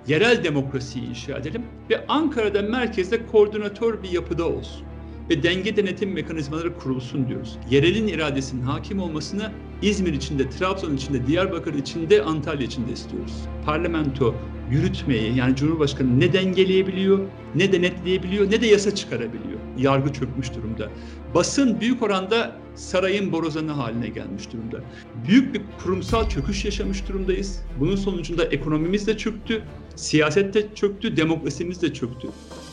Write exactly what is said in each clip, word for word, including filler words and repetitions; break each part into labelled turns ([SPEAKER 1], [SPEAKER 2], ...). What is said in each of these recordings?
[SPEAKER 1] yerel demokrasiyi inşa edelim ve Ankara'da merkezde koordinatör bir yapıda olsun ve denge denetim mekanizmaları kurulsun diyoruz. Yerelin iradesinin hakim olmasını İzmir içinde, Trabzon içinde, Diyarbakır içinde, Antalya içinde istiyoruz. Parlamento yürütmeyi, yani Cumhurbaşkanı ne dengeleyebiliyor, ne denetleyebiliyor, ne de yasa çıkarabiliyor. Yargı çökmüş durumda. Basın büyük oranda sarayın borazanı haline gelmiş durumda. Büyük bir kurumsal çöküş yaşamış durumdayız. Bunun sonucunda ekonomimiz de çöktü, siyaset de çöktü, demokrasimiz de çöktü.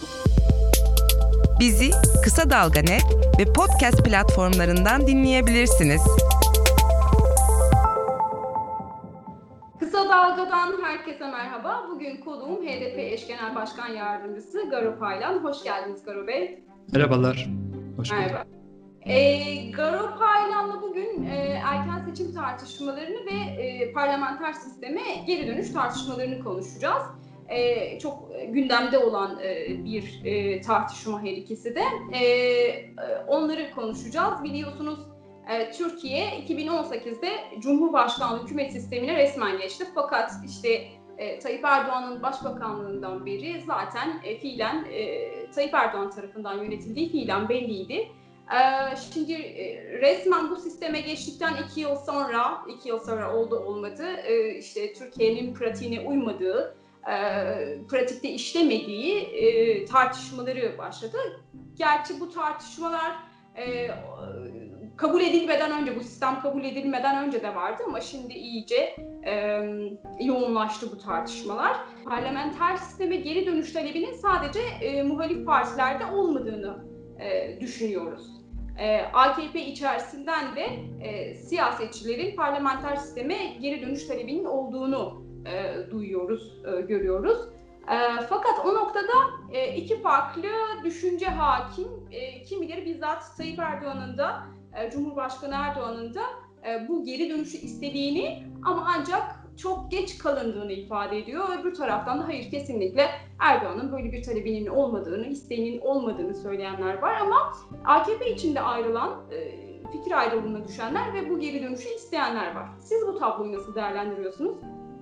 [SPEAKER 2] Bizi Kısa Dalga Net ve podcast platformlarından dinleyebilirsiniz.
[SPEAKER 3] Kısa Dalga'dan herkese merhaba. Bugün konuğum H D P Eş Genel Başkan Yardımcısı Garo Paylan. Hoş geldiniz Garo Bey.
[SPEAKER 1] Merhabalar. Hoş bulduk.
[SPEAKER 3] Merhaba. E, Garo Paylan'la bugün e, erken seçim tartışmalarını ve e, parlamenter sisteme geri dönüş tartışmalarını konuşacağız. E, çok gündemde olan e, bir e, tartışma her ikisi de. E, onları konuşacağız. Biliyorsunuz e, Türkiye iki bin on sekizde Cumhurbaşkanlığı hükümet sistemine resmen geçti. Fakat işte e, Tayyip Erdoğan'ın başbakanlığından beri zaten e, fiilen e, Tayyip Erdoğan tarafından yönetildiği fiilen belliydi. E, şimdi e, resmen bu sisteme geçtikten iki yıl sonra, iki yıl sonra oldu olmadı, e, işte Türkiye'nin pratiğine uymadığı, E, pratikte işlemediği e, tartışmaları başladı. Gerçi bu tartışmalar e, kabul edilmeden önce, bu sistem kabul edilmeden önce de vardı ama şimdi iyice e, yoğunlaştı bu tartışmalar. Parlamenter sisteme geri dönüş talebinin sadece e, muhalif partilerde olmadığını e, düşünüyoruz. E, A K P içerisinden de e, siyasetçilerin parlamenter sisteme geri dönüş talebinin olduğunu E, duyuyoruz, e, görüyoruz. E, fakat o noktada e, iki farklı düşünce hakim. E, kimileri bizzat Tayyip Erdoğan'ın da, e, Cumhurbaşkanı Erdoğan'ın da e, bu geri dönüşü istediğini ama ancak çok geç kalındığını ifade ediyor. Öbür taraftan da hayır, kesinlikle Erdoğan'ın böyle bir talebinin olmadığını, isteğinin olmadığını söyleyenler var ama A K P içinde ayrılan, e, fikir ayrılığına düşenler ve bu geri dönüşü isteyenler var. Siz bu tabloyu nasıl değerlendiriyorsunuz?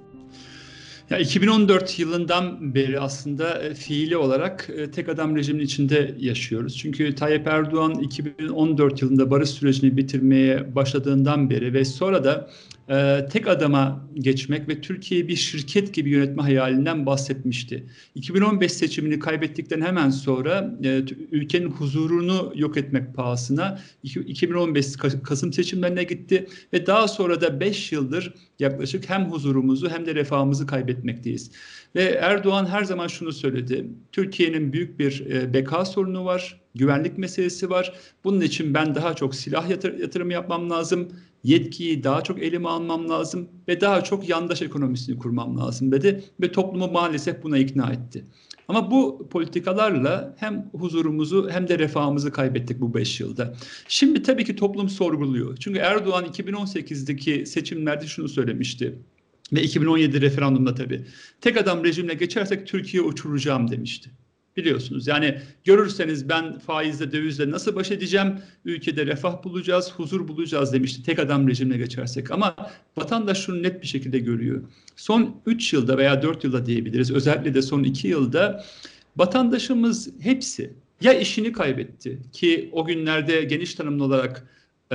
[SPEAKER 1] Ya iki bin on dört yılından beri aslında e, fiili olarak e, tek adam rejiminin içinde yaşıyoruz. Çünkü Tayyip Erdoğan iki bin on dört yılında barış sürecini bitirmeye başladığından beri ve sonra da e, tek adama geçmek ve Türkiye'yi bir şirket gibi yönetme hayalinden bahsetmişti. iki bin on beş seçimini kaybettikten hemen sonra e, ülkenin huzurunu yok etmek pahasına iki bin on beş Kasım seçimlerine gitti ve daha sonra da beş yıldır yaklaşık hem huzurumuzu hem de refahımızı kaybetmekteyiz. Ve Erdoğan her zaman şunu söyledi: Türkiye'nin büyük bir e, beka sorunu var, güvenlik meselesi var. Bunun için ben daha çok silah yatır, yatırımı yapmam lazım, yetkiyi daha çok elime almam lazım ve daha çok yandaş ekonomisini kurmam lazım dedi ve toplumu maalesef buna ikna etti. Ama bu politikalarla hem huzurumuzu hem de refahımızı kaybettik bu beş yılda. Şimdi tabii ki toplum sorguluyor. Çünkü Erdoğan iki bin on sekizdeki seçimlerde şunu söylemişti ve iki bin on yedi referandumda tabii tek adam rejimle geçersek Türkiye uçuracağım demişti. Biliyorsunuz, yani görürseniz ben faizle, dövizle nasıl baş edeceğim, ülkede refah bulacağız, huzur bulacağız demişti tek adam rejimle geçersek. Ama vatandaş şunu net bir şekilde görüyor. Son üç yılda veya dört yılda diyebiliriz, özellikle de son iki yılda vatandaşımız hepsi ya işini kaybetti ki o günlerde geniş tanımlı olarak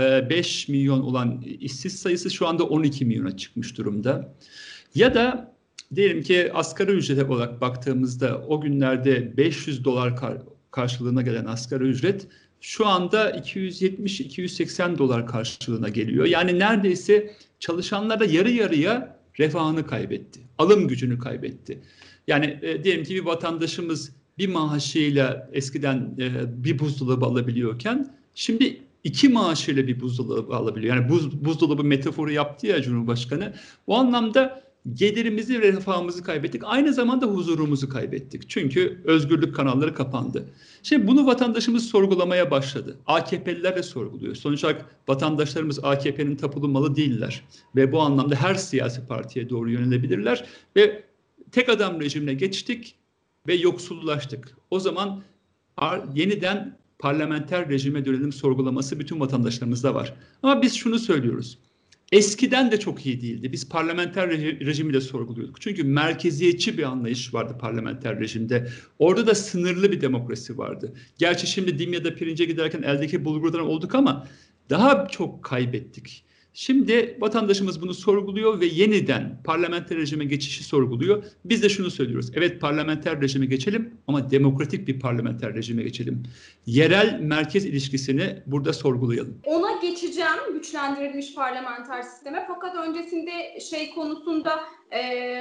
[SPEAKER 1] beş milyon olan işsiz sayısı şu anda on iki milyona çıkmış durumda. Ya da diyelim ki asgari ücret olarak baktığımızda o günlerde beş yüz dolar kar- karşılığına gelen asgari ücret şu anda iki yüz yetmiş iki yüz seksen dolar karşılığına geliyor. Yani neredeyse çalışanlar da yarı yarıya refahını kaybetti, alım gücünü kaybetti. Yani e, diyelim ki bir vatandaşımız bir maaşıyla eskiden e, bir buzdolabı alabiliyorken şimdi iki maaşıyla bir buzdolabı alabiliyor. Yani buz, buzdolabı metaforu yaptı ya Cumhurbaşkanı. O anlamda gelirimizi ve refahımızı kaybettik. Aynı zamanda huzurumuzu kaybettik. Çünkü özgürlük kanalları kapandı. Şimdi bunu vatandaşımız sorgulamaya başladı. A K P'liler de sorguluyor. Sonuç olarak vatandaşlarımız A K P'nin tapulu malı değiller. Ve bu anlamda her siyasi partiye doğru yönelebilirler. Ve tek adam rejimine geçtik ve yoksullaştık. O zaman yeniden parlamenter rejime dönelim sorgulaması bütün vatandaşlarımızda var. Ama biz şunu söylüyoruz: eskiden de çok iyi değildi. Biz parlamenter rejimi de sorguluyorduk. Çünkü merkeziyetçi bir anlayış vardı parlamenter rejimde. Orada da sınırlı bir demokrasi vardı. Gerçi şimdi Dimya'da pirince giderken eldeki bulgurdan olduk ama daha çok kaybettik. Şimdi vatandaşımız bunu sorguluyor ve yeniden parlamenter rejime geçişi sorguluyor. Biz de şunu söylüyoruz. Evet, parlamenter rejime geçelim ama demokratik bir parlamenter rejime geçelim. Yerel merkez ilişkisini burada sorgulayalım.
[SPEAKER 3] Ona geçeceğim, güçlendirilmiş parlamenter sisteme. Fakat öncesinde şey konusunda e,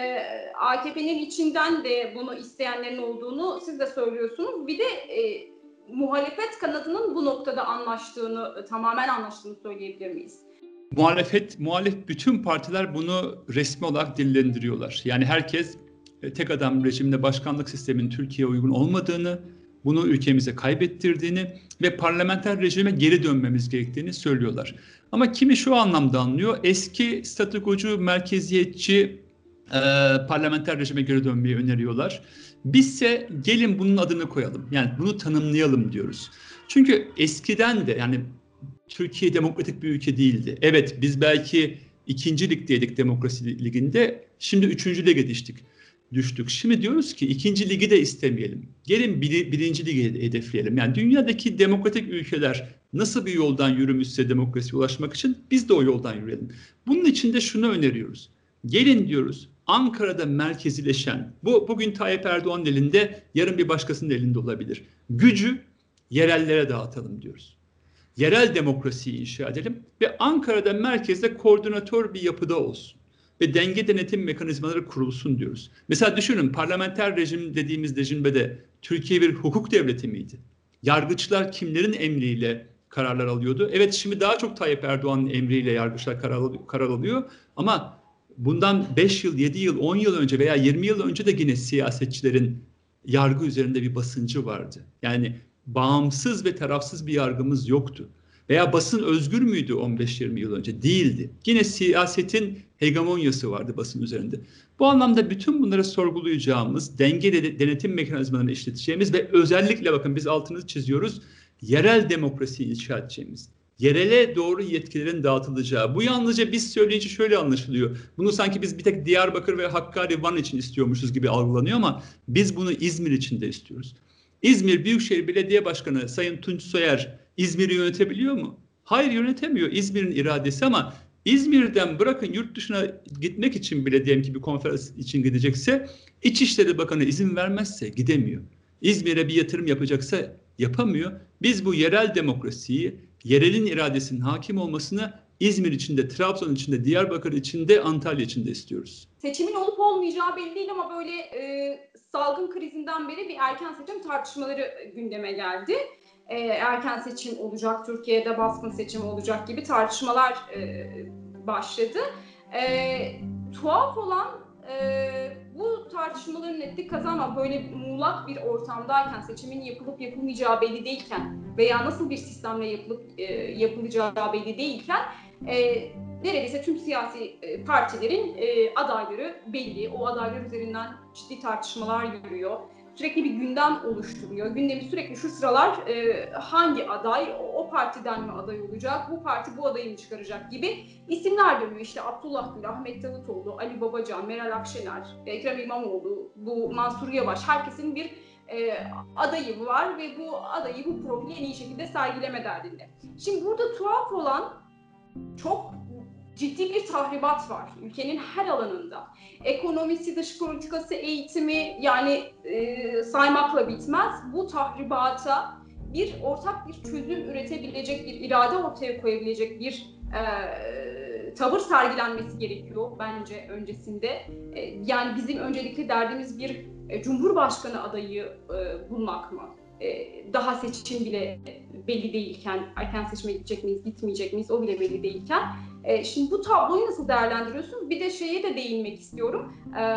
[SPEAKER 3] A K P'nin içinden de bunu isteyenlerin olduğunu siz de söylüyorsunuz. Bir de e, muhalefet kanadının bu noktada anlaştığını, tamamen anlaştığını söyleyebilir miyiz?
[SPEAKER 1] Muhalefet, muhalef bütün partiler bunu resmi olarak dillendiriyorlar. Yani herkes tek adam rejiminde başkanlık sisteminin Türkiye'ye uygun olmadığını, bunu ülkemize kaybettirdiğini ve parlamenter rejime geri dönmemiz gerektiğini söylüyorlar. Ama kimi şu anlamda anlıyor, eski statükocu, merkeziyetçi e, parlamenter rejime geri dönmeyi öneriyorlar. Bizse gelin bunun adını koyalım, yani bunu tanımlayalım diyoruz. Çünkü eskiden de yani Türkiye demokratik bir ülke değildi. Evet, biz belki ikinci ligdeydik demokrasi liginde, şimdi üçüncü lige düştük. düştük. Şimdi diyoruz ki ikinci ligi de istemeyelim. Gelin bir, birinci ligi hedefleyelim. Yani dünyadaki demokratik ülkeler nasıl bir yoldan yürümüşse demokrasiye ulaşmak için biz de o yoldan yürüyelim. Bunun için de şunu öneriyoruz. Gelin diyoruz, Ankara'da merkezileşen, bu bugün Tayyip Erdoğan'ın elinde, yarın bir başkasının elinde olabilir. Gücü yerellere dağıtalım diyoruz. Yerel demokrasiyi inşa edelim ve Ankara'da merkezde koordinatör bir yapıda olsun. Ve denge denetim mekanizmaları kurulsun diyoruz. Mesela düşünün, parlamenter rejim dediğimiz rejimde de Türkiye bir hukuk devleti miydi? Yargıçlar kimlerin emriyle kararlar alıyordu? Evet, şimdi daha çok Tayyip Erdoğan'ın emriyle yargıçlar karar, karar alıyor. Ama bundan beş yıl, yedi yıl, on yıl önce veya yirmi yıl önce de yine siyasetçilerin yargı üzerinde bir basıncı vardı. Yani bağımsız ve tarafsız bir yargımız yoktu. Veya basın özgür müydü on beş yirmi yıl önce? Değildi. Yine siyasetin hegemonyası vardı basın üzerinde. Bu anlamda bütün bunları sorgulayacağımız, denge denetim mekanizmalarını işleteceğimiz ve özellikle bakın biz altını çiziyoruz, yerel demokrasiyi inşa edeceğimiz, yerele doğru yetkilerin dağıtılacağı. Bu yalnızca biz söyleyince şöyle anlaşılıyor. Bunu sanki biz bir tek Diyarbakır ve Hakkari, Van için istiyormuşuz gibi algılanıyor ama biz bunu İzmir için de istiyoruz. İzmir Büyükşehir Belediye Başkanı Sayın Tunç Soyer İzmir'i yönetebiliyor mu? Hayır, yönetemiyor. İzmir'in iradesi ama İzmir'den bırakın yurt dışına gitmek için bile diyelim ki bir konferans için gidecekse, İçişleri Bakanı izin vermezse gidemiyor. İzmir'e bir yatırım yapacaksa yapamıyor. Biz bu yerel demokrasiyi, yerelin iradesinin hakim olmasını İzmir içinde, Trabzon içinde, Diyarbakır içinde, Antalya içinde istiyoruz.
[SPEAKER 3] Seçimin olup olmayacağı belli değil ama böyle e, salgın krizinden beri bir erken seçim tartışmaları gündeme geldi. E, erken seçim olacak, Türkiye'de baskın seçim olacak gibi tartışmalar e, başladı. E, tuhaf olan e, bu tartışmaların netlik kazanma, böyle muğlak bir ortamdayken, seçimin yapılıp yapılmayacağı belli değilken veya nasıl bir sistemle yapılıp e, yapılacağı belli değilken e, neredeyse tüm siyasi e, partilerin e, adayları belli. O adaylar üzerinden ciddi tartışmalar yürüyor. Sürekli bir gündem oluşturuyor. Gündemi sürekli şu sıralar e, hangi aday, o, o partiden mi aday olacak, bu parti bu adayı mı çıkaracak gibi isimler dönüyor. İşte Abdullah Gül, Ahmet Davutoğlu, Ali Babacan, Meral Akşener, Ekrem İmamoğlu, bu Mansur Yavaş, herkesin bir e, adayı var ve bu adayı, bu profili en iyi şekilde sergileme derdinde. Şimdi burada tuhaf olan, çok ciddi bir tahribat var ülkenin her alanında. Ekonomisi, dış politikası, eğitimi, yani e, saymakla bitmez. Bu tahribata bir ortak bir çözüm üretebilecek, bir irade ortaya koyabilecek bir e, tavır sergilenmesi gerekiyor bence öncesinde. E, yani bizim öncelikli derdimiz bir e, Cumhurbaşkanı adayı e, bulmak mı? Daha seçim bile belli değilken, erken seçime gidecek miyiz, gitmeyecek miyiz, o bile belli değilken. Şimdi bu tabloyu nasıl değerlendiriyorsunuz? Bir de şeye de değinmek istiyorum.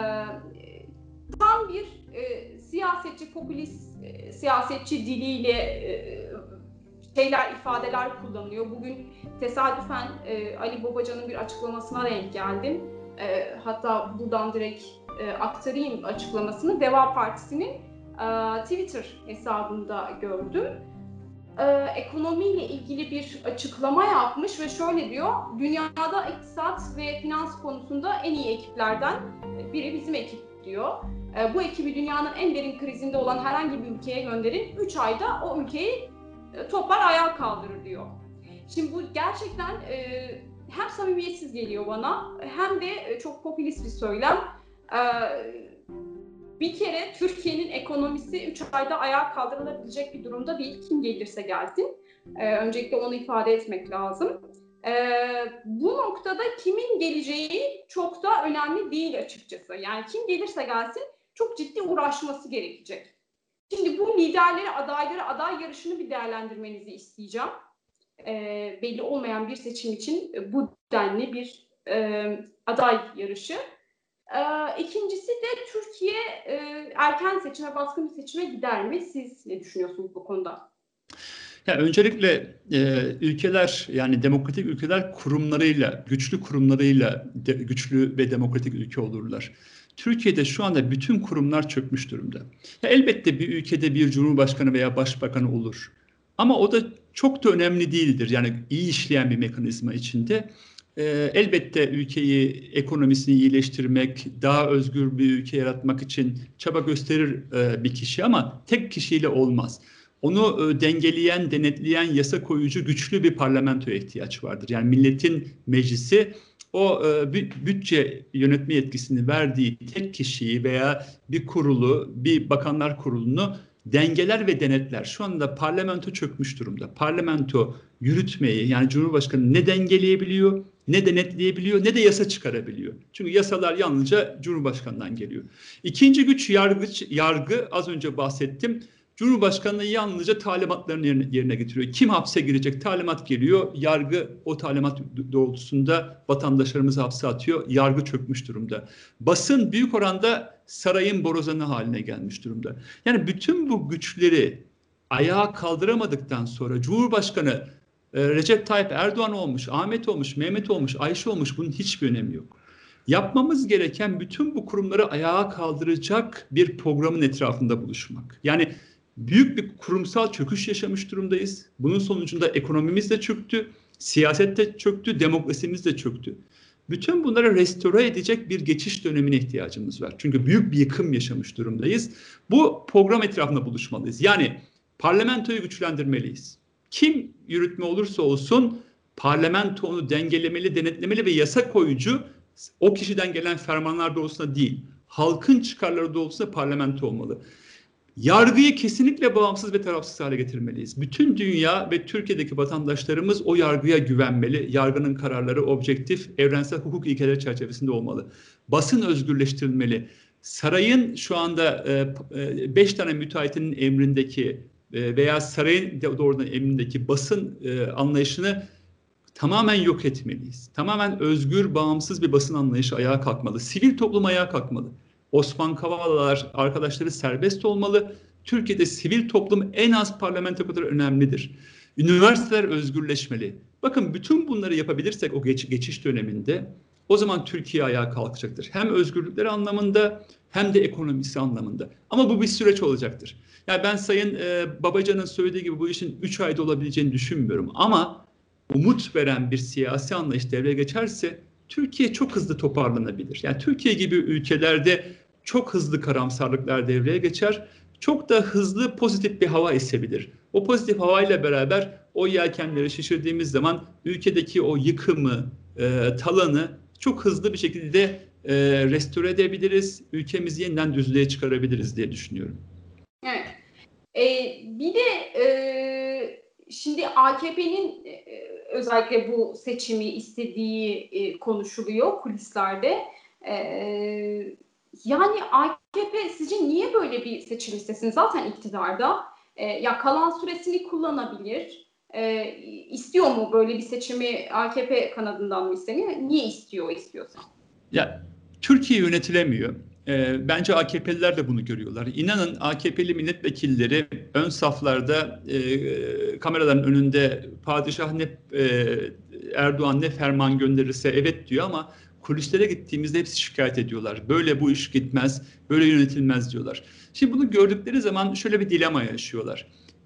[SPEAKER 3] Tam bir siyasetçi, popülist siyasetçi diliyle şeyler, ifadeler kullanılıyor. Bugün tesadüfen Ali Babacan'ın bir açıklamasına denk geldim. Hatta buradan direkt aktarayım açıklamasını. Deva Partisi'nin Twitter hesabında gördüm. e, ekonomiyle ilgili bir açıklama yapmış ve şöyle diyor: dünyada iktisat ve finans konusunda en iyi ekiplerden biri bizim ekip diyor. E, bu ekibi dünyanın en derin krizinde olan herhangi bir ülkeye gönderin, üç ayda o ülkeyi e, toplar ayağa kaldırır diyor. Şimdi bu gerçekten e, hem samimiyetsiz geliyor bana hem de çok popülist bir söylem. E, bir kere Türkiye'nin ekonomisi üç ayda ayağa kaldırılabilecek bir durumda değil. Kim gelirse gelsin. E, öncelikle onu ifade etmek lazım. E, bu noktada kimin geleceği çok da önemli değil açıkçası. Yani kim gelirse gelsin çok ciddi uğraşması gerekecek. Şimdi bu liderleri, adayları, aday yarışını bir değerlendirmenizi isteyeceğim. E, belli olmayan bir seçim için bu denli bir e, aday yarışı. E, ikincisi de Türkiye e, erken seçime, baskın bir seçime gider mi? Siz ne düşünüyorsunuz bu konuda?
[SPEAKER 1] Ya öncelikle e, ülkeler, yani demokratik ülkeler kurumlarıyla, güçlü kurumlarıyla de, güçlü ve demokratik ülke olurlar. Türkiye'de şu anda bütün kurumlar çökmüş durumda. Ya elbette bir ülkede bir cumhurbaşkanı veya başbakanı olur. Ama o da çok da önemli değildir. Yani iyi işleyen bir mekanizma içinde. E, elbette ülkeyi, ekonomisini iyileştirmek, daha özgür bir ülke yaratmak için çaba gösterir e, bir kişi, ama tek kişiyle olmaz. Onu e, dengeleyen, denetleyen, yasa koyucu güçlü bir parlamentoya ihtiyaç vardır. Yani milletin meclisi o e, bütçe yönetme yetkisini verdiği tek kişiyi veya bir kurulu, bir bakanlar kurulunu dengeler ve denetler. Şu anda parlamento çökmüş durumda. Parlamento yürütmeyi, yani Cumhurbaşkanı ne dengeleyebiliyor, ne denetleyebiliyor, ne de yasa çıkarabiliyor. Çünkü yasalar yalnızca Cumhurbaşkanı'ndan geliyor. İkinci güç yargıç, yargı, az önce bahsettim. Cumhurbaşkanlığı yalnızca talimatlarını yerine, yerine getiriyor. Kim hapse girecek? Talimat geliyor. Yargı o talimat doğrultusunda vatandaşlarımızı hapse atıyor. Yargı çökmüş durumda. Basın büyük oranda sarayın borazanı haline gelmiş durumda. Yani bütün bu güçleri ayağa kaldıramadıktan sonra Cumhurbaşkanı e, Recep Tayyip Erdoğan olmuş, Ahmet olmuş, Mehmet olmuş, Ayşe olmuş, bunun hiçbir önemi yok. Yapmamız gereken bütün bu kurumları ayağa kaldıracak bir programın etrafında buluşmak. Yani büyük bir kurumsal çöküş yaşamış durumdayız. Bunun sonucunda ekonomimiz de çöktü, siyaset de çöktü, demokrasimiz de çöktü. Bütün bunları restore edecek bir geçiş dönemine ihtiyacımız var. Çünkü büyük bir yıkım yaşamış durumdayız. Bu program etrafında buluşmalıyız. Yani parlamentoyu güçlendirmeliyiz. Kim yürütme olursa olsun parlamento onu dengelemeli, denetlemeli ve yasa koyucu o kişiden gelen fermanlar doğrultusunda değil, halkın çıkarları doğrultusunda parlamento olmalı. Yargıyı kesinlikle bağımsız ve tarafsız hale getirmeliyiz. Bütün dünya ve Türkiye'deki vatandaşlarımız o yargıya güvenmeli. Yargının kararları objektif, evrensel hukuk ilkeleri çerçevesinde olmalı. Basın özgürleştirilmeli. Sarayın şu anda e, beş tane müteahhitinin emrindeki e, veya sarayın doğrudan emrindeki basın e, anlayışını tamamen yok etmeliyiz. Tamamen özgür, bağımsız bir basın anlayışı ayağa kalkmalı. Sivil toplum ayağa kalkmalı. Osman Kavala arkadaşları serbest olmalı. Türkiye'de sivil toplum en az parlamento kadar önemlidir. Üniversiteler özgürleşmeli. Bakın bütün bunları yapabilirsek o geç, geçiş döneminde o zaman Türkiye ayağa kalkacaktır. Hem özgürlükleri anlamında hem de ekonomisi anlamında. Ama bu bir süreç olacaktır. Yani ben Sayın e, Babacan'ın söylediği gibi bu işin üç ayda olabileceğini düşünmüyorum. Ama umut veren bir siyasi anlayış devreye geçerse Türkiye çok hızlı toparlanabilir. Yani Türkiye gibi ülkelerde çok hızlı karamsarlıklar devreye geçer. Çok da hızlı pozitif bir hava esebilir. O pozitif havayla beraber o yelkenleri şişirdiğimiz zaman ülkedeki o yıkımı, e, talanı çok hızlı bir şekilde e, restore edebiliriz. Ülkemizi yeniden düzlüğe çıkarabiliriz diye düşünüyorum.
[SPEAKER 3] Evet. Ee, bir de e, şimdi A K P'nin e, özellikle bu seçimi istediği e, konuşuluyor kulislerde. E, yani A K P sizce niye böyle bir seçim istesin? Zaten iktidarda. E, ya kalan süresini kullanabilir. E, istiyor mu böyle bir seçimi, A K P kanadından mı isteniyor? Niye istiyor istiyorsa?
[SPEAKER 1] Ya Türkiye yönetilemiyor. E, bence A K P'liler de bunu görüyorlar. İnanın A K P'li milletvekilleri ön saflarda e, kameraların önünde padişah ne e, Erdoğan ne ferman gönderirse evet diyor, ama kulislere gittiğimizde hepsi şikayet ediyorlar. Böyle bu iş gitmez, böyle yönetilmez diyorlar. Şimdi bunu gördükleri zaman şöyle bir dilema yaşıyorlar.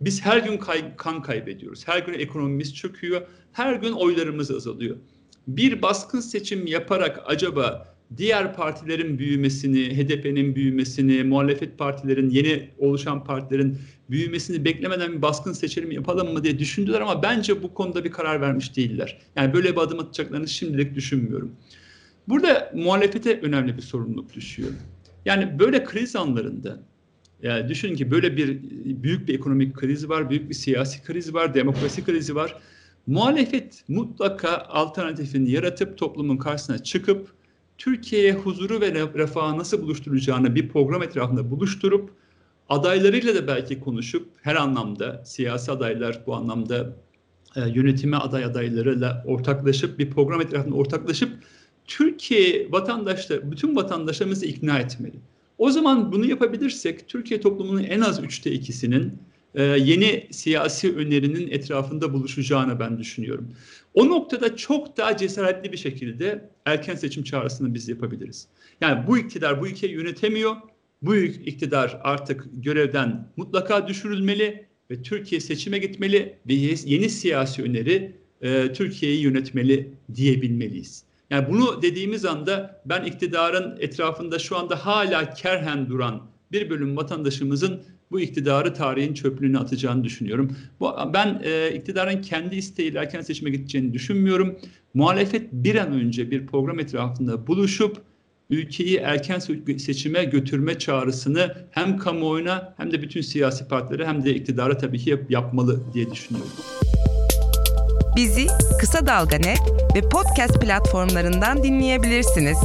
[SPEAKER 1] Biz her gün kay- kan kaybediyoruz. Her gün ekonomimiz çöküyor. Her gün oylarımız azalıyor. Bir baskın seçim yaparak acaba diğer partilerin büyümesini, H D P'nin büyümesini, muhalefet partilerin, yeni oluşan partilerin büyümesini beklemeden bir baskın seçim yapalım mı diye düşündüler ama bence bu konuda bir karar vermiş değiller. Yani böyle bir adım atacaklarını şimdilik düşünmüyorum. Burada muhalefete önemli bir sorumluluk düşüyor. Yani böyle kriz anlarında, yani düşünün ki böyle bir büyük bir ekonomik kriz var, büyük bir siyasi kriz var, demokrasi krizi var. Muhalefet mutlaka alternatifini yaratıp toplumun karşısına çıkıp Türkiye'ye huzuru ve refahı nasıl buluşturacağını bir program etrafında buluşturup adaylarıyla da belki konuşup her anlamda siyasi adaylar bu anlamda e, yönetime aday adaylarıyla ortaklaşıp bir program etrafında ortaklaşıp Türkiye vatandaşlar, bütün vatandaşlarımızı ikna etmeli. O zaman bunu yapabilirsek Türkiye toplumunun en az üçte ikisinin e, yeni siyasi önerinin etrafında buluşacağını ben düşünüyorum. O noktada çok daha cesaretli bir şekilde erken seçim çağrısını biz yapabiliriz. Yani bu iktidar bu ülkeyi yönetemiyor. Bu iktidar artık görevden mutlaka düşürülmeli ve Türkiye seçime gitmeli ve yeni siyasi öneri e, Türkiye'yi yönetmeli diyebilmeliyiz. Yani bunu dediğimiz anda ben iktidarın etrafında şu anda hala kerhen duran bir bölüm vatandaşımızın bu iktidarı tarihin çöplüğüne atacağını düşünüyorum. Bu, ben e, iktidarın kendi isteğiyle erken seçime gideceğini düşünmüyorum. Muhalefet bir an önce bir program etrafında buluşup ülkeyi erken seçime götürme çağrısını hem kamuoyuna hem de bütün siyasi partilere hem de iktidara tabii ki yap, yapmalı diye düşünüyorum.
[SPEAKER 2] Bizi Kısa Dalga Net ve podcast platformlarından dinleyebilirsiniz.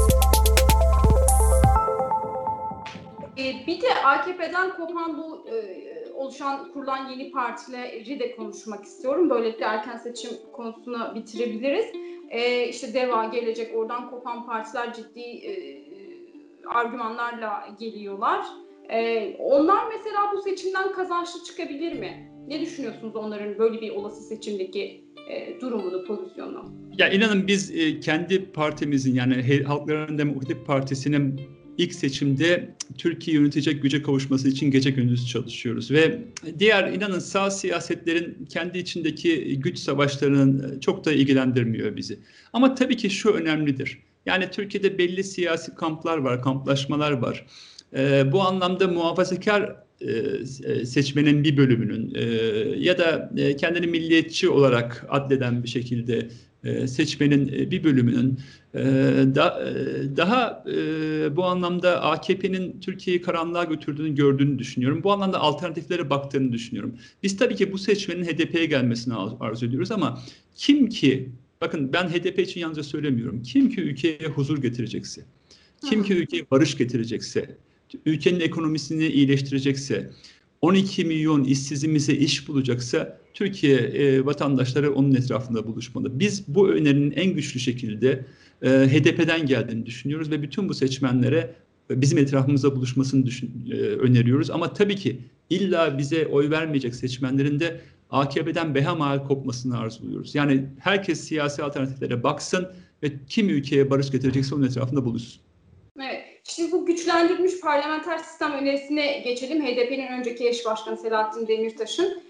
[SPEAKER 3] Bir de A K P'den kopan bu e, oluşan, kurulan yeni partileri de konuşmak istiyorum. Böylelikle erken seçim konusunu bitirebiliriz. E, işte DEVA, Gelecek, oradan kopan partiler ciddi e, argümanlarla geliyorlar. E, onlar mesela bu seçimden kazançlı çıkabilir mi? Ne düşünüyorsunuz onların böyle bir olası seçimdeki e, durumunu, pozisyonunu?
[SPEAKER 1] Ya inanın biz e, kendi partimizin yani Halkların Demokratik Partisi'nin ilk seçimde Türkiye yönetecek güce kavuşması için gece gündüz çalışıyoruz ve diğer inanın sağ siyasetlerin kendi içindeki güç savaşlarının çok da ilgilendirmiyor bizi. Ama tabii ki şu önemlidir. Yani Türkiye'de belli siyasi kamplar var, kamplaşmalar var. Ee, bu anlamda muhafazakar e, seçmenin bir bölümünün e, ya da e, kendini milliyetçi olarak addeden bir şekilde e, seçmenin e, bir bölümünün e, da, e, daha e, bu anlamda A K P'nin Türkiye'yi karanlığa götürdüğünü gördüğünü düşünüyorum. Bu anlamda alternatiflere baktığını düşünüyorum. Biz tabii ki bu seçmenin H D P'ye gelmesini arzu ediyoruz ama kim ki, bakın ben H D P için yalnızca söylemiyorum, kim ki ülkeye huzur getirecekse, kim ki ülkeye barış getirecekse, ülkenin ekonomisini iyileştirecekse, on iki milyon işsizimize iş bulacaksa Türkiye e, vatandaşları onun etrafında buluşmalı. Biz bu önerinin en güçlü şekilde e, H D P'den geldiğini düşünüyoruz ve bütün bu seçmenlere bizim etrafımızda buluşmasını düşün, e, öneriyoruz. Ama tabii ki illa bize oy vermeyecek seçmenlerin de A K P'den behemahal kopmasını arzuluyoruz. Yani herkes siyasi alternatiflere baksın ve kim ülkeye barış getirecekse onun etrafında buluşsun.
[SPEAKER 3] Evet. Şimdi bu güçlendirilmiş parlamenter sistem önerisine geçelim. H D P'nin önceki eş başkanı Selahattin Demirtaş'ın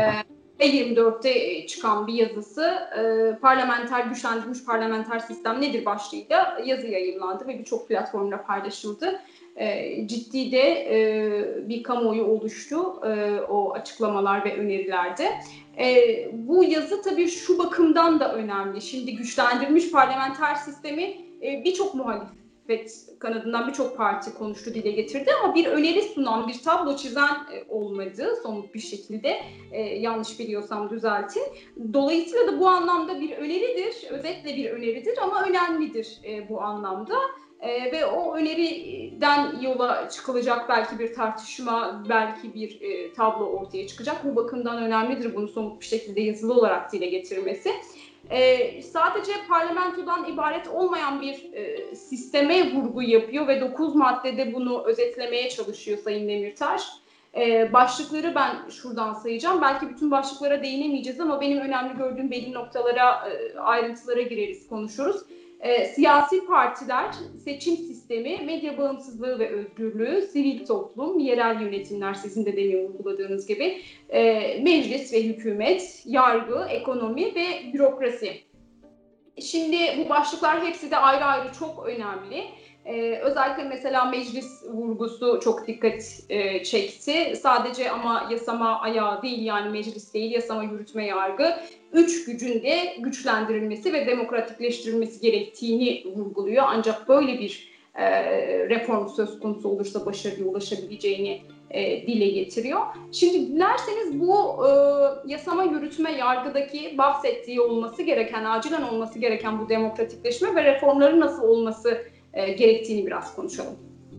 [SPEAKER 3] E yirmi dörtte çıkan bir yazısı, e, parlamenter güçlendirilmiş parlamenter sistem nedir başlığıyla yazı yayınlandı ve birçok platformda paylaşıldı. E, ciddi de e, bir kamuoyu oluştu e, o açıklamalar ve önerilerde. E, bu yazı tabii şu bakımdan da önemli. Şimdi güçlendirilmiş parlamenter sistemi e, birçok muhalif ve kanadından birçok parti konuştu, dile getirdi ama bir öneri sunan, bir tablo çizen e, olmadı somut bir şekilde. E, yanlış biliyorsam düzeltin. Dolayısıyla da bu anlamda bir öneridir, özetle bir öneridir ama önemlidir e, bu anlamda. E, ve o öneriden yola çıkılacak belki bir tartışma, belki bir e, tablo ortaya çıkacak. Bu bakımdan önemlidir bunu somut bir şekilde yazılı olarak dile getirmesi. Ee, sadece parlamentodan ibaret olmayan bir e, sisteme vurgu yapıyor ve dokuz maddede bunu özetlemeye çalışıyor Sayın Demirtaş. Ee, başlıkları ben şuradan sayacağım. Belki bütün başlıklara değinemeyeceğiz ama benim önemli gördüğüm belli noktalara, e, ayrıntılara gireriz, konuşuruz. E, siyasi partiler, seçim sistemi, medya bağımsızlığı ve özgürlüğü, sivil toplum, yerel yönetimler, sizin de demin vurguladığınız gibi, e, meclis ve hükümet, yargı, ekonomi ve bürokrasi. Şimdi bu başlıklar hepsi de ayrı ayrı çok önemli. Ee, özellikle mesela meclis vurgusu çok dikkat e, çekti. Sadece ama yasama ayağı değil, yani meclis değil, yasama, yürütme, yargı. Üç gücün de güçlendirilmesi ve demokratikleştirilmesi gerektiğini vurguluyor. Ancak böyle bir e, reform söz konusu olursa başarıya ulaşabileceğini e, dile getiriyor. Şimdi dilerseniz bu e, yasama, yürütme, yargıdaki bahsettiği olması gereken, acilen olması gereken bu demokratikleşme ve reformların nasıl olması e, gerektiğini biraz konuşalım.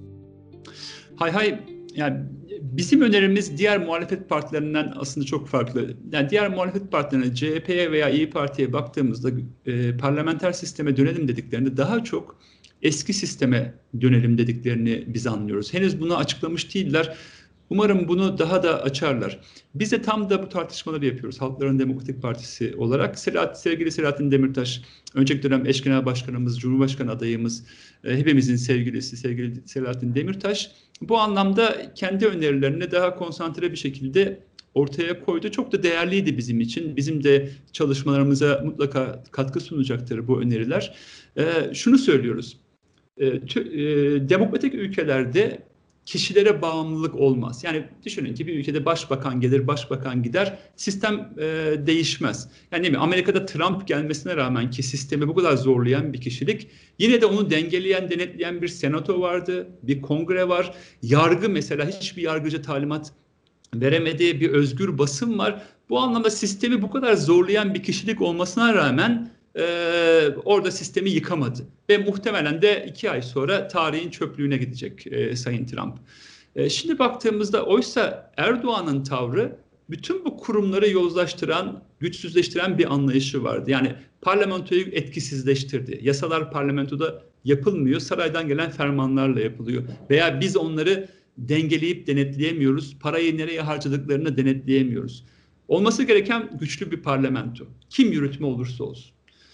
[SPEAKER 1] Hay hay, yani bizim önerimiz diğer muhalefet partilerinden aslında çok farklı. Yani diğer muhalefet partilerine, C H P'ye veya İYİ Parti'ye baktığımızda e, parlamenter sisteme dönelim dediklerinde daha çok eski sisteme dönelim dediklerini biz anlıyoruz. Henüz bunu açıklamış değiller. Umarım bunu daha da açarlar. Biz de tam da bu tartışmaları yapıyoruz Halkların Demokratik Partisi olarak. Selahat, sevgili Selahattin Demirtaş, önceki dönem eş genel başkanımız, Cumhurbaşkanı adayımız, e, hepimizin sevgilisi sevgili Selahattin Demirtaş bu anlamda kendi önerilerini daha konsantre bir şekilde ortaya koydu. Çok da değerliydi bizim için. Bizim de çalışmalarımıza mutlaka katkı sunacaktır bu öneriler. E, şunu söylüyoruz. E, tü, e, demokratik ülkelerde kişilere bağımlılık olmaz. Yani düşünün ki bir ülkede başbakan gelir, başbakan gider, sistem e, değişmez. Yani değil mi? Amerika'da Trump gelmesine rağmen ki sistemi bu kadar zorlayan bir kişilik, yine de onu dengeleyen, denetleyen bir senato vardı, bir kongre var. Yargı mesela, hiçbir yargıca talimat veremediği bir özgür basın var. Bu anlamda sistemi bu kadar zorlayan bir kişilik olmasına rağmen Ee, orada sistemi yıkamadı. Ve muhtemelen de iki ay sonra tarihin çöplüğüne gidecek e, Sayın Trump. E, şimdi baktığımızda oysa Erdoğan'ın tavrı bütün bu kurumları yozlaştıran, güçsüzleştiren bir anlayışı vardı. Yani parlamentoyu etkisizleştirdi. Yasalar parlamentoda yapılmıyor, saraydan gelen fermanlarla yapılıyor. Veya biz onları dengeleyip denetleyemiyoruz, parayı nereye harcadıklarını denetleyemiyoruz. Olması gereken güçlü bir parlamento. Kim yürütme olursa olsun.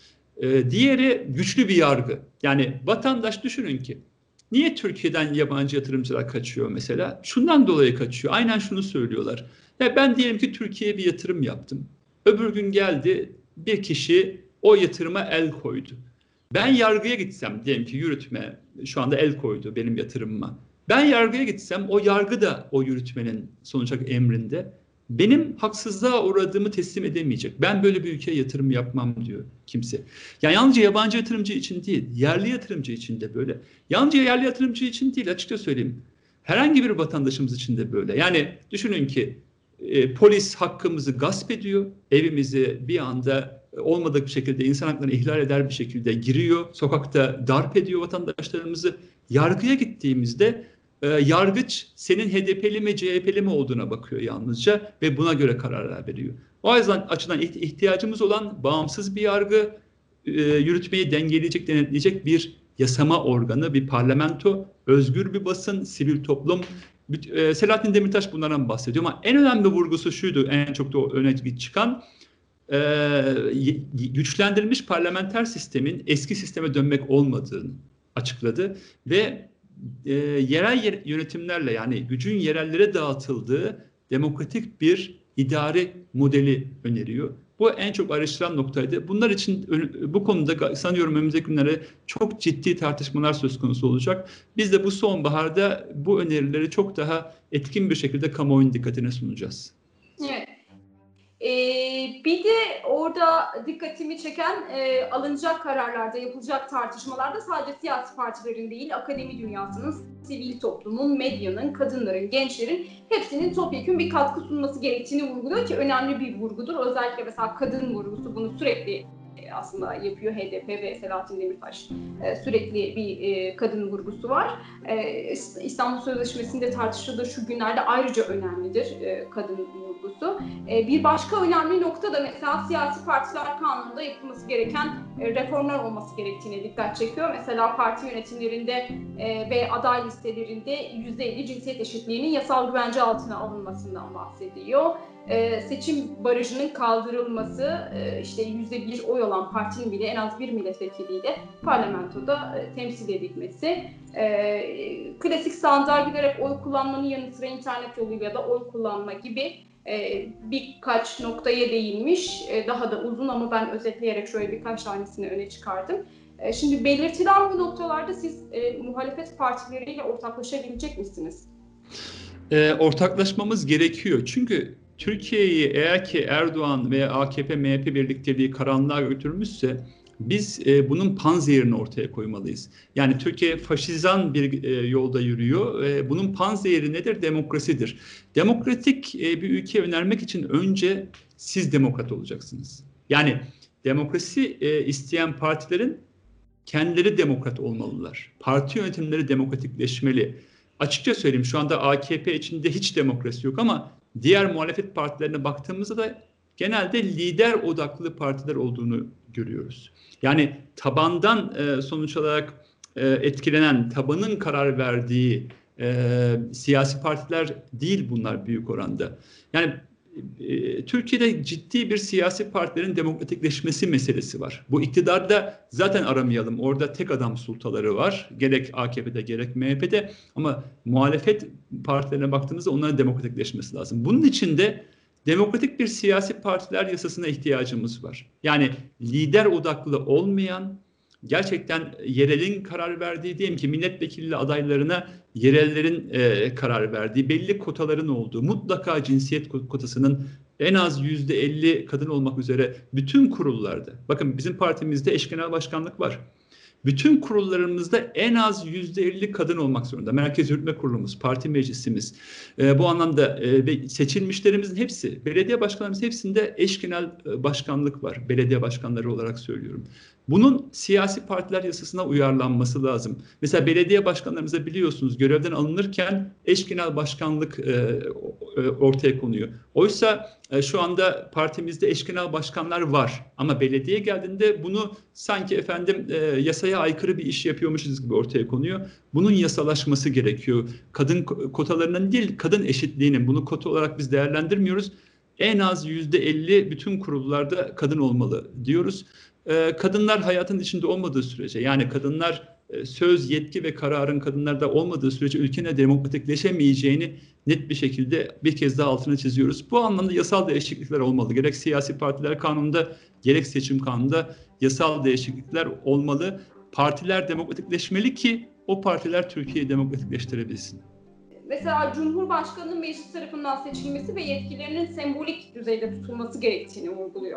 [SPEAKER 1] Ee, diğeri güçlü bir yargı. Yani vatandaş düşünün ki niye Türkiye'den yabancı yatırımcılar kaçıyor mesela? Şundan dolayı kaçıyor. Aynen şunu söylüyorlar. Ya ben diyelim ki Türkiye'ye bir yatırım yaptım. Öbür gün geldi bir kişi o yatırıma el koydu. Ben yargıya gitsem, diyelim ki yürütme şu anda el koydu benim yatırımıma. Ben yargıya gitsem o yargı da o yürütmenin sonuç olarak emrinde. Benim haksızlığa uğradığımı teslim edemeyecek. Ben böyle bir ülkeye yatırım yapmam diyor kimse. Yani yalnızca yabancı yatırımcı için değil, yerli yatırımcı için de böyle. Yalnızca yerli yatırımcı için değil, açıkça söyleyeyim. Herhangi bir vatandaşımız için de böyle. Yani düşünün ki e, polis hakkımızı gasp ediyor, evimizi bir anda olmadık bir şekilde, insan haklarını ihlal eder bir şekilde giriyor, sokakta darp ediyor vatandaşlarımızı. Yargıya gittiğimizde e, yargıç senin H D P'li mi C H P'li mi olduğuna bakıyor yalnızca ve buna göre kararlar veriyor. O yüzden açıdan ihtiyacımız olan bağımsız bir yargı, e, yürütmeyi dengeleyecek, denetleyecek bir yasama organı, bir parlamento, özgür bir basın, sivil toplum. E, Selahattin Demirtaş bunlardan bahsediyor ama en önemli vurgusu şuydu, en çok da öne çıkan, e, güçlendirilmiş parlamenter sistemin eski sisteme dönmek olmadığını açıkladı ve e, yerel yönetimlerle, yani gücün yerellere dağıtıldığı demokratik bir idari modeli öneriyor. Bu en çok ayrıştıran noktaydı. Bunlar için bu konuda sanıyorum önümüzdeki günlere çok ciddi tartışmalar söz konusu olacak. Biz de bu sonbaharda bu önerileri çok daha etkin bir şekilde kamuoyunun dikkatine sunacağız.
[SPEAKER 3] Evet. Ee, bir de orada dikkatimi çeken e, alınacak kararlarda, yapılacak tartışmalarda sadece siyasi partilerin değil, akademi dünyasının, sivil toplumun, medyanın, kadınların, gençlerin hepsinin topyekun bir katkı sunması gerektiğini vurguluyor ki önemli bir vurgudur. Özellikle mesela kadın vurgusu bunu sürekli aslında yapıyor H D P ve Selahattin Demirtaş. Sürekli bir kadın vurgusu var. İstanbul Sözleşmesi'nde tartışıldığı şu günlerde ayrıca önemlidir kadın vurgusu. Bir başka önemli nokta da mesela siyasi partiler kanununda yapılması gereken reformlar olması gerektiğine dikkat çekiyor. Mesela parti yönetimlerinde ve aday listelerinde yüzde elli cinsiyet eşitliğinin yasal güvence altına alınmasından bahsediyor. Seçim barajının kaldırılması, işte yüzde bir oy olan olan partinin bile en az bir milletvekiliyle parlamentoda e, temsil edilmesi. E, klasik sandığa giderek oy kullanmanın yanı sıra internet yoluyla ya da oy kullanma gibi e, birkaç noktaya değinmiş. E, daha da uzun ama ben özetleyerek şöyle birkaç tanesini öne çıkardım. E, şimdi belirtilen bu noktalarda siz e, muhalefet partileriyle ortaklaşabilecek misiniz?
[SPEAKER 1] E, ortaklaşmamız gerekiyor. Çünkü Türkiye'yi eğer ki Erdoğan ve A K P M H P birlikteliği karanlığa götürmüşse biz e, bunun panzehirini ortaya koymalıyız. Yani Türkiye faşizan bir e, yolda yürüyor. E, bunun panzehiri nedir? Demokrasidir. Demokratik e, bir ülke önermek için önce siz demokrat olacaksınız. Yani demokrasi e, isteyen partilerin kendileri demokrat olmalılar. Parti yönetimleri demokratikleşmeli. Açıkça söyleyeyim, şu anda A K P içinde hiç demokrasi yok ama diğer muhalefet partilerine baktığımızda da genelde lider odaklı partiler olduğunu görüyoruz. Yani tabandan e, sonuç olarak e, etkilenen, tabanın karar verdiği e, siyasi partiler değil bunlar büyük oranda. Yani e, Türkiye'de ciddi bir siyasi partilerin demokratikleşmesi meselesi var. Bu iktidarda zaten aramayalım. Orada tek adam sultaları var. Gerek A K P'de gerek M H P'de, ama muhalefet partilerine baktığımızda onların demokratikleşmesi lazım. Bunun için de demokratik bir siyasi partiler yasasına ihtiyacımız var. Yani lider odaklı olmayan, gerçekten yerelin karar verdiği, diyelim ki milletvekili adaylarına yerellerin e, karar verdiği, belli kotaların olduğu, mutlaka cinsiyet kotasının en az yüzde elli kadın olmak üzere bütün kurullarda. Bakın bizim partimizde eş genel başkanlık var. Bütün kurullarımızda en az yüzde elli kadın olmak zorunda. Merkez Yürütme Kurulumuz, parti meclisimiz. E, bu anlamda e, seçilmişlerimizin hepsi, belediye başkanlarımızın hepsinde eş genel başkanlık var. Belediye başkanları olarak söylüyorum. Bunun siyasi partiler yasasına uyarlanması lazım. Mesela belediye başkanlarımıza biliyorsunuz görevden alınırken eş genel başkanlık e, ortaya konuyor. Oysa e, şu anda partimizde eş genel başkanlar var. Ama belediye geldiğinde bunu sanki efendim e, yasaya aykırı bir iş yapıyormuşuz gibi ortaya konuyor. Bunun yasalaşması gerekiyor. Kadın kotalarının değil, kadın eşitliğinin, bunu kota olarak biz değerlendirmiyoruz. En az yüzde elli bütün kurullarda kadın olmalı diyoruz. Kadınlar hayatın içinde olmadığı sürece, yani kadınlar söz, yetki ve kararın kadınlarda olmadığı sürece ülkenin demokratikleşemeyeceğini net bir şekilde bir kez daha altını çiziyoruz. Bu anlamda yasal değişiklikler olmalı. Gerek siyasi partiler kanununda gerek seçim kanununda yasal değişiklikler olmalı. Partiler demokratikleşmeli ki o partiler Türkiye'yi demokratikleştirebilsin.
[SPEAKER 3] Mesela Cumhurbaşkanı'nın meclis tarafından seçilmesi ve yetkilerinin sembolik düzeyde tutulması gerektiğini vurguluyor.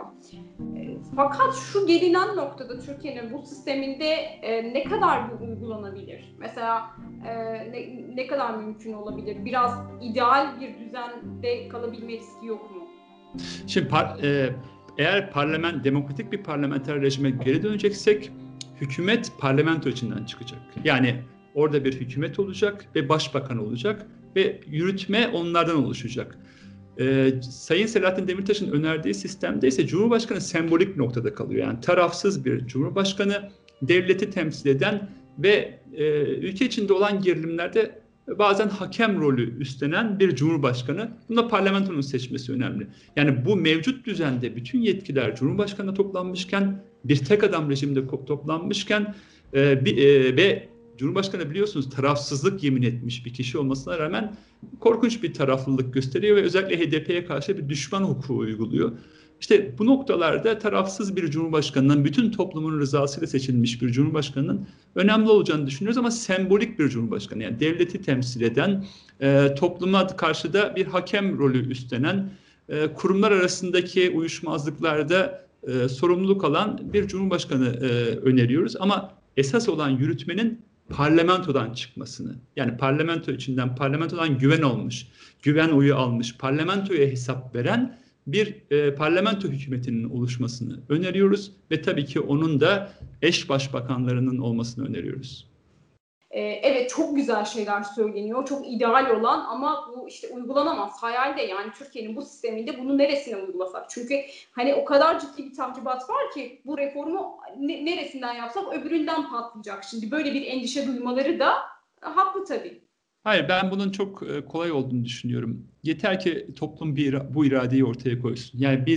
[SPEAKER 3] Fakat şu gelinen noktada Türkiye'nin bu sisteminde e, ne kadar bu uygulanabilir? Mesela e, ne, ne kadar mümkün olabilir? Biraz ideal bir düzende kalabilme riski yok mu?
[SPEAKER 1] Şimdi par, e, eğer parlament, demokratik bir parlamenter rejime geri döneceksek hükümet parlamento içinden çıkacak. Yani orada bir hükümet olacak ve başbakan olacak ve yürütme onlardan oluşacak. Ee, Sayın Selahattin Demirtaş'ın önerdiği sistemde ise Cumhurbaşkanı sembolik noktada kalıyor. Yani tarafsız bir Cumhurbaşkanı, devleti temsil eden ve e, ülke içinde olan gerilimlerde bazen hakem rolü üstlenen bir Cumhurbaşkanı. Bunda parlamentonun seçmesi önemli. Yani bu mevcut düzende bütün yetkiler Cumhurbaşkanı'na toplanmışken, bir tek adam rejimde toplanmışken e, bir, e, ve Cumhurbaşkanı biliyorsunuz tarafsızlık yemin etmiş bir kişi olmasına rağmen korkunç bir taraflılık gösteriyor ve özellikle H D P'ye karşı bir düşman hukuku uyguluyor. İşte bu noktalarda tarafsız bir Cumhurbaşkanı'nın, bütün toplumun rızasıyla seçilmiş bir Cumhurbaşkanı'nın önemli olacağını düşünüyoruz ama sembolik bir Cumhurbaşkanı, yani devleti temsil eden, e, topluma karşı da bir hakem rolü üstlenen, e, kurumlar arasındaki uyuşmazlıklarda e, sorumluluk alan bir Cumhurbaşkanı e, öneriyoruz ama esas olan yürütmenin parlamentodan çıkmasını, yani parlamento içinden, parlamentodan güven almış, güven oyu almış, parlamentoya hesap veren bir e, parlamento hükümetinin oluşmasını öneriyoruz ve tabii ki onun da eş başbakanlarının olmasını öneriyoruz.
[SPEAKER 3] Evet, çok güzel şeyler söyleniyor. Çok ideal olan ama bu işte uygulanamaz. Hayal de, yani Türkiye'nin bu sisteminde bunu neresine uygulasak? Çünkü hani o kadar ciddi bir tahribat var ki bu reformu ne, neresinden yapsak öbüründen patlayacak. Şimdi böyle bir endişe duymaları da haklı tabii.
[SPEAKER 1] Hayır, ben bunun çok kolay olduğunu düşünüyorum. Yeter ki toplum bir, bu iradeyi ortaya koysun. Yani biz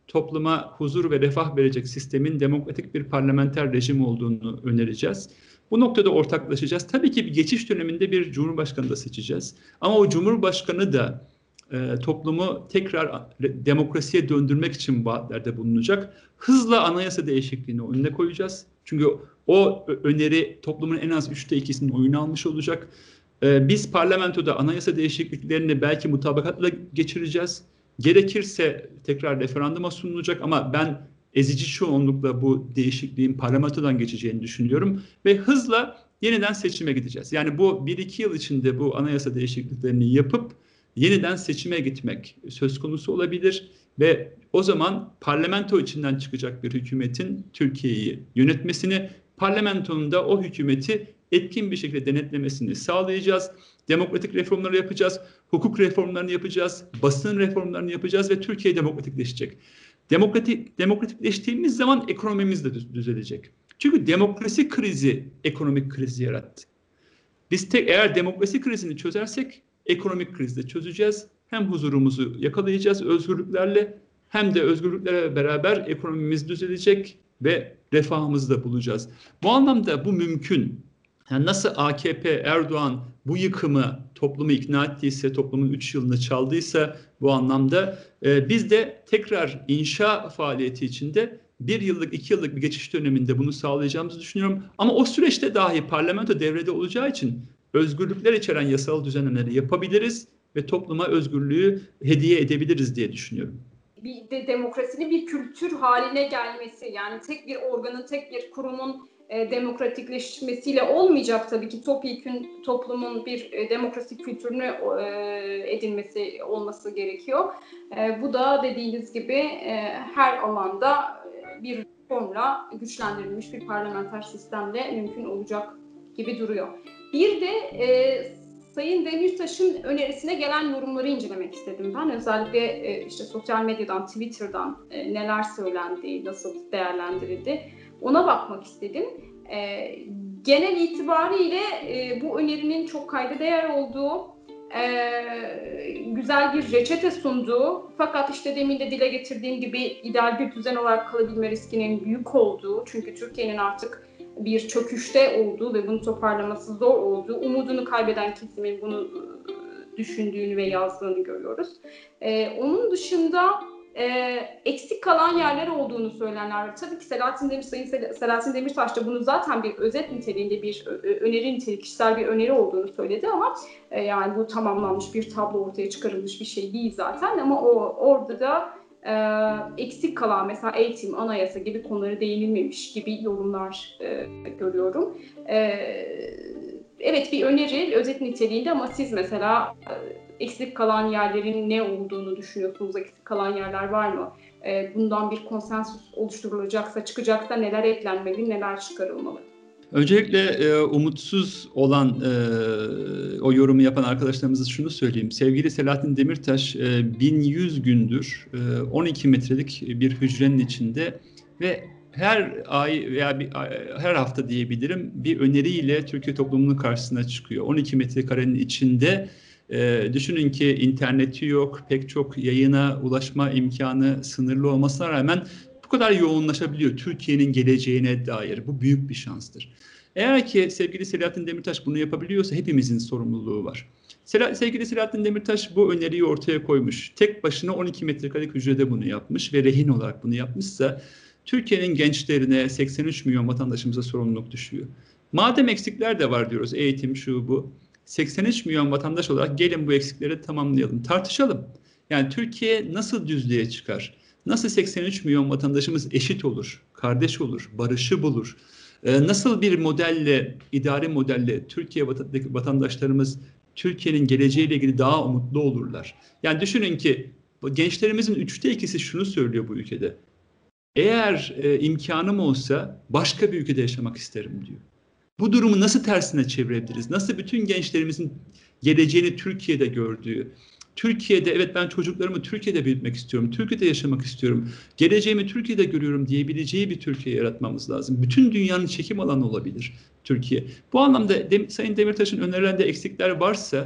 [SPEAKER 1] topluma huzur ve refah verecek sistemin demokratik bir parlamenter rejim olduğunu önereceğiz. Bu noktada ortaklaşacağız. Tabii ki bir geçiş döneminde bir cumhurbaşkanı da seçeceğiz. Ama o cumhurbaşkanı da e, toplumu tekrar demokrasiye döndürmek için vaatlerde bulunacak. Hızla anayasa değişikliğini önüne koyacağız. Çünkü o öneri toplumun en az üçte ikisinin oyunu almış olacak. E, biz parlamentoda anayasa değişikliklerini belki mutabakatla geçireceğiz. Gerekirse tekrar referanduma sunulacak ama ben ezici çoğunlukla bu değişikliğin parlamentodan geçeceğini düşünüyorum ve hızla yeniden seçime gideceğiz. Yani bu bir iki yıl içinde bu anayasa değişikliklerini yapıp yeniden seçime gitmek söz konusu olabilir ve o zaman parlamento içinden çıkacak bir hükümetin Türkiye'yi yönetmesini, parlamentonun da o hükümeti etkin bir şekilde denetlemesini sağlayacağız. Demokratik reformları yapacağız, hukuk reformlarını yapacağız, basın reformlarını yapacağız ve Türkiye demokratikleşecek. Demokratik, demokratikleştiğimiz zaman ekonomimiz de düzelecek. Çünkü demokrasi krizi ekonomik krizi yarattı. Biz tek eğer demokrasi krizini çözersek ekonomik krizi de çözeceğiz. Hem huzurumuzu yakalayacağız özgürlüklerle hem de özgürlüklerle beraber ekonomimiz düzelecek ve refahımızı da bulacağız. Bu anlamda bu mümkün. Yani nasıl A K P, Erdoğan bu yıkımı toplumu ikna ettiyse, toplumun üç yılını çaldıysa bu anlamda e, biz de tekrar inşa faaliyeti içinde bir yıllık, iki yıllık bir geçiş döneminde bunu sağlayacağımızı düşünüyorum. Ama o süreçte dahi parlamento devrede olacağı için özgürlükler içeren yasal düzenlemeleri yapabiliriz ve topluma özgürlüğü hediye edebiliriz diye düşünüyorum.
[SPEAKER 3] Bir de demokrasinin bir kültür haline gelmesi, yani tek bir organın, tek bir kurumun E, demokratikleşmesiyle olmayacak tabii ki. Topyekün toplumun bir e, demokrasi kültürünü e, edinmesi olması gerekiyor. E, bu da dediğiniz gibi e, her alanda e, bir reformla güçlendirilmiş bir parlamenter sistemle mümkün olacak gibi duruyor. Bir de e, Sayın Demirtaş'ın önerisine gelen yorumları incelemek istedim ben. Özellikle e, işte sosyal medyadan, Twitter'dan e, neler söylendi, nasıl değerlendirildi, ona bakmak istedim. E, genel itibariyle e, bu önerinin çok kayda değer olduğu, e, güzel bir reçete sunduğu, fakat işte demin de dile getirdiğim gibi ideal bir düzen olarak kalabilme riskinin büyük olduğu, çünkü Türkiye'nin artık bir çöküşte olduğu ve bunu toparlaması zor olduğu, umudunu kaybeden kesimin bunu düşündüğünü ve yazdığını görüyoruz. E, onun dışında e, eksik kalan yerler olduğunu söyleyenler var. Tabii ki Selahattin Demir, Sayın Selahattin Demirtaş da bunu zaten bir özet niteliğinde, bir öneri niteliği, kişisel bir öneri olduğunu söyledi ama e, yani bu tamamlanmış bir tablo, ortaya çıkarılmış bir şey değil zaten, ama o orada da e, eksik kalan mesela eğitim, anayasa gibi konuları değinilmemiş gibi yorumlar e, görüyorum. E, evet, bir öneri özet niteliğinde, ama siz mesela eksik kalan yerlerin ne olduğunu düşünüyorsunuz? Eksik kalan yerler var mı? Bundan bir konsensüs oluşturulacaksa, çıkacaksa neler eklenmeli, neler çıkarılmalı?
[SPEAKER 1] Öncelikle e, umutsuz olan e, o yorumu yapan arkadaşlarımıza şunu söyleyeyim. Sevgili Selahattin Demirtaş e, bin yüz gündür e, on iki metrelik bir hücrenin içinde ve her ay veya bir, her hafta diyebilirim bir öneriyle Türkiye toplumunun karşısına çıkıyor. on iki metrekarenin içinde e, düşünün ki interneti yok, pek çok yayına ulaşma imkanı sınırlı olmasına rağmen bu kadar yoğunlaşabiliyor Türkiye'nin geleceğine dair. Bu büyük bir şanstır. Eğer ki sevgili Selahattin Demirtaş bunu yapabiliyorsa hepimizin sorumluluğu var. Sevgili Selahattin Demirtaş bu öneriyi ortaya koymuş. Tek başına on iki metrekarelik hücrede bunu yapmış ve rehin olarak bunu yapmışsa Türkiye'nin gençlerine, seksen üç milyon vatandaşımıza sorumluluk düşüyor. Madem eksikler de var diyoruz, eğitim şu bu. seksen üç milyon vatandaş olarak gelin bu eksikleri tamamlayalım, tartışalım. Yani Türkiye nasıl düzlüğe çıkar? Nasıl seksen üç milyon vatandaşımız eşit olur, kardeş olur, barışı bulur? Ee, nasıl bir modelle, idari modelle Türkiye vatandaşlarımız Türkiye'nin geleceğiyle ilgili daha umutlu olurlar? Yani düşünün ki gençlerimizin üçte ikisi şunu söylüyor bu ülkede. Eğer e, imkanım olsa başka bir ülkede yaşamak isterim diyor. Bu durumu nasıl tersine çevirebiliriz? Nasıl bütün gençlerimizin geleceğini Türkiye'de gördüğü, Türkiye'de evet ben çocuklarımı Türkiye'de büyütmek istiyorum, Türkiye'de yaşamak istiyorum, geleceğimi Türkiye'de görüyorum diyebileceği bir Türkiye yaratmamız lazım. Bütün dünyanın çekim alanı olabilir Türkiye. Bu anlamda Dem- Sayın Demirtaş'ın önerilerinde eksikler varsa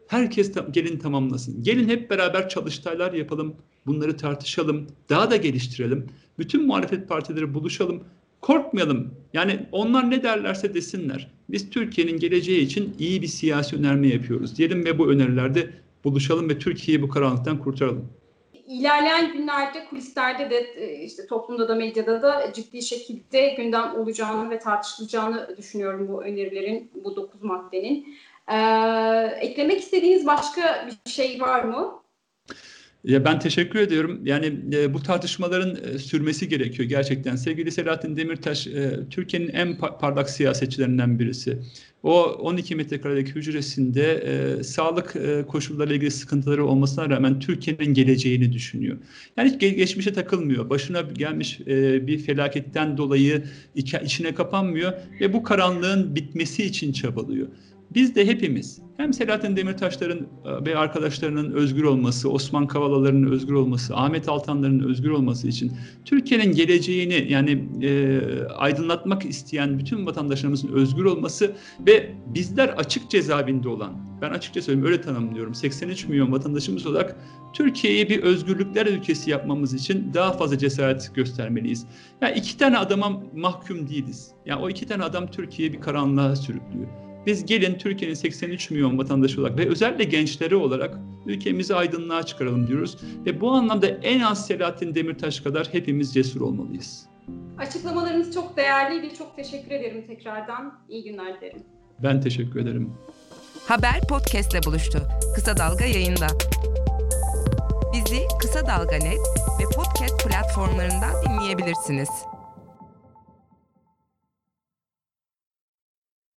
[SPEAKER 1] Herkes tam, gelin tamamlasın. Gelin hep beraber çalıştaylar yapalım, bunları tartışalım, daha da geliştirelim. Bütün muhalefet partileri buluşalım, korkmayalım. Yani onlar ne derlerse desinler. Biz Türkiye'nin geleceği için iyi bir siyasi önerme yapıyoruz diyelim ve bu önerilerde buluşalım ve Türkiye'yi bu karanlıktan kurtaralım.
[SPEAKER 3] İlerleyen günlerde kulislerde de işte toplumda da medyada da ciddi şekilde gündem olacağını ve tartışılacağını düşünüyorum bu önerilerin, bu dokuz maddenin. Ee, eklemek istediğiniz başka bir şey var mı?
[SPEAKER 1] Ya ben teşekkür ediyorum. Yani e, bu tartışmaların e, sürmesi gerekiyor gerçekten. Sevgili Selahattin Demirtaş, e, Türkiye'nin en pa- parlak siyasetçilerinden birisi. O on iki metrekarelik hücresinde e, sağlık e, koşullarıyla ilgili sıkıntıları olmasına rağmen Türkiye'nin geleceğini düşünüyor. Yani hiç ge- geçmişe takılmıyor. Başına gelmiş e, bir felaketten dolayı içi- içine kapanmıyor ve bu karanlığın bitmesi için çabalıyor. Biz de hepimiz hem Selahattin Demirtaş'ların ve arkadaşlarının özgür olması, Osman Kavala'ların özgür olması, Ahmet Altanların özgür olması için Türkiye'nin geleceğini yani e, aydınlatmak isteyen bütün vatandaşlarımızın özgür olması ve bizler açık cezaevinde olan, ben açıkça söyleyeyim öyle tanımlıyorum, seksen üç milyon vatandaşımız olarak Türkiye'yi bir özgürlükler ülkesi yapmamız için daha fazla cesaret göstermeliyiz. Yani iki tane adama mahkum değiliz. Yani o iki tane adam Türkiye'yi bir karanlığa sürüklüyor. Biz gelin Türkiye'nin seksen üç milyon vatandaşı olarak ve özellikle gençleri olarak ülkemizi aydınlığa çıkaralım diyoruz. Ve bu anlamda en az Selahattin Demirtaş kadar hepimiz cesur olmalıyız.
[SPEAKER 3] Açıklamalarınız çok değerliydi. Çok teşekkür ederim tekrardan. İyi günler dilerim.
[SPEAKER 1] Ben teşekkür ederim.
[SPEAKER 2] Haber podcast'le buluştu. Kısa Dalga yayında. Bizi Kısa Dalga Net ve podcast platformlarından dinleyebilirsiniz.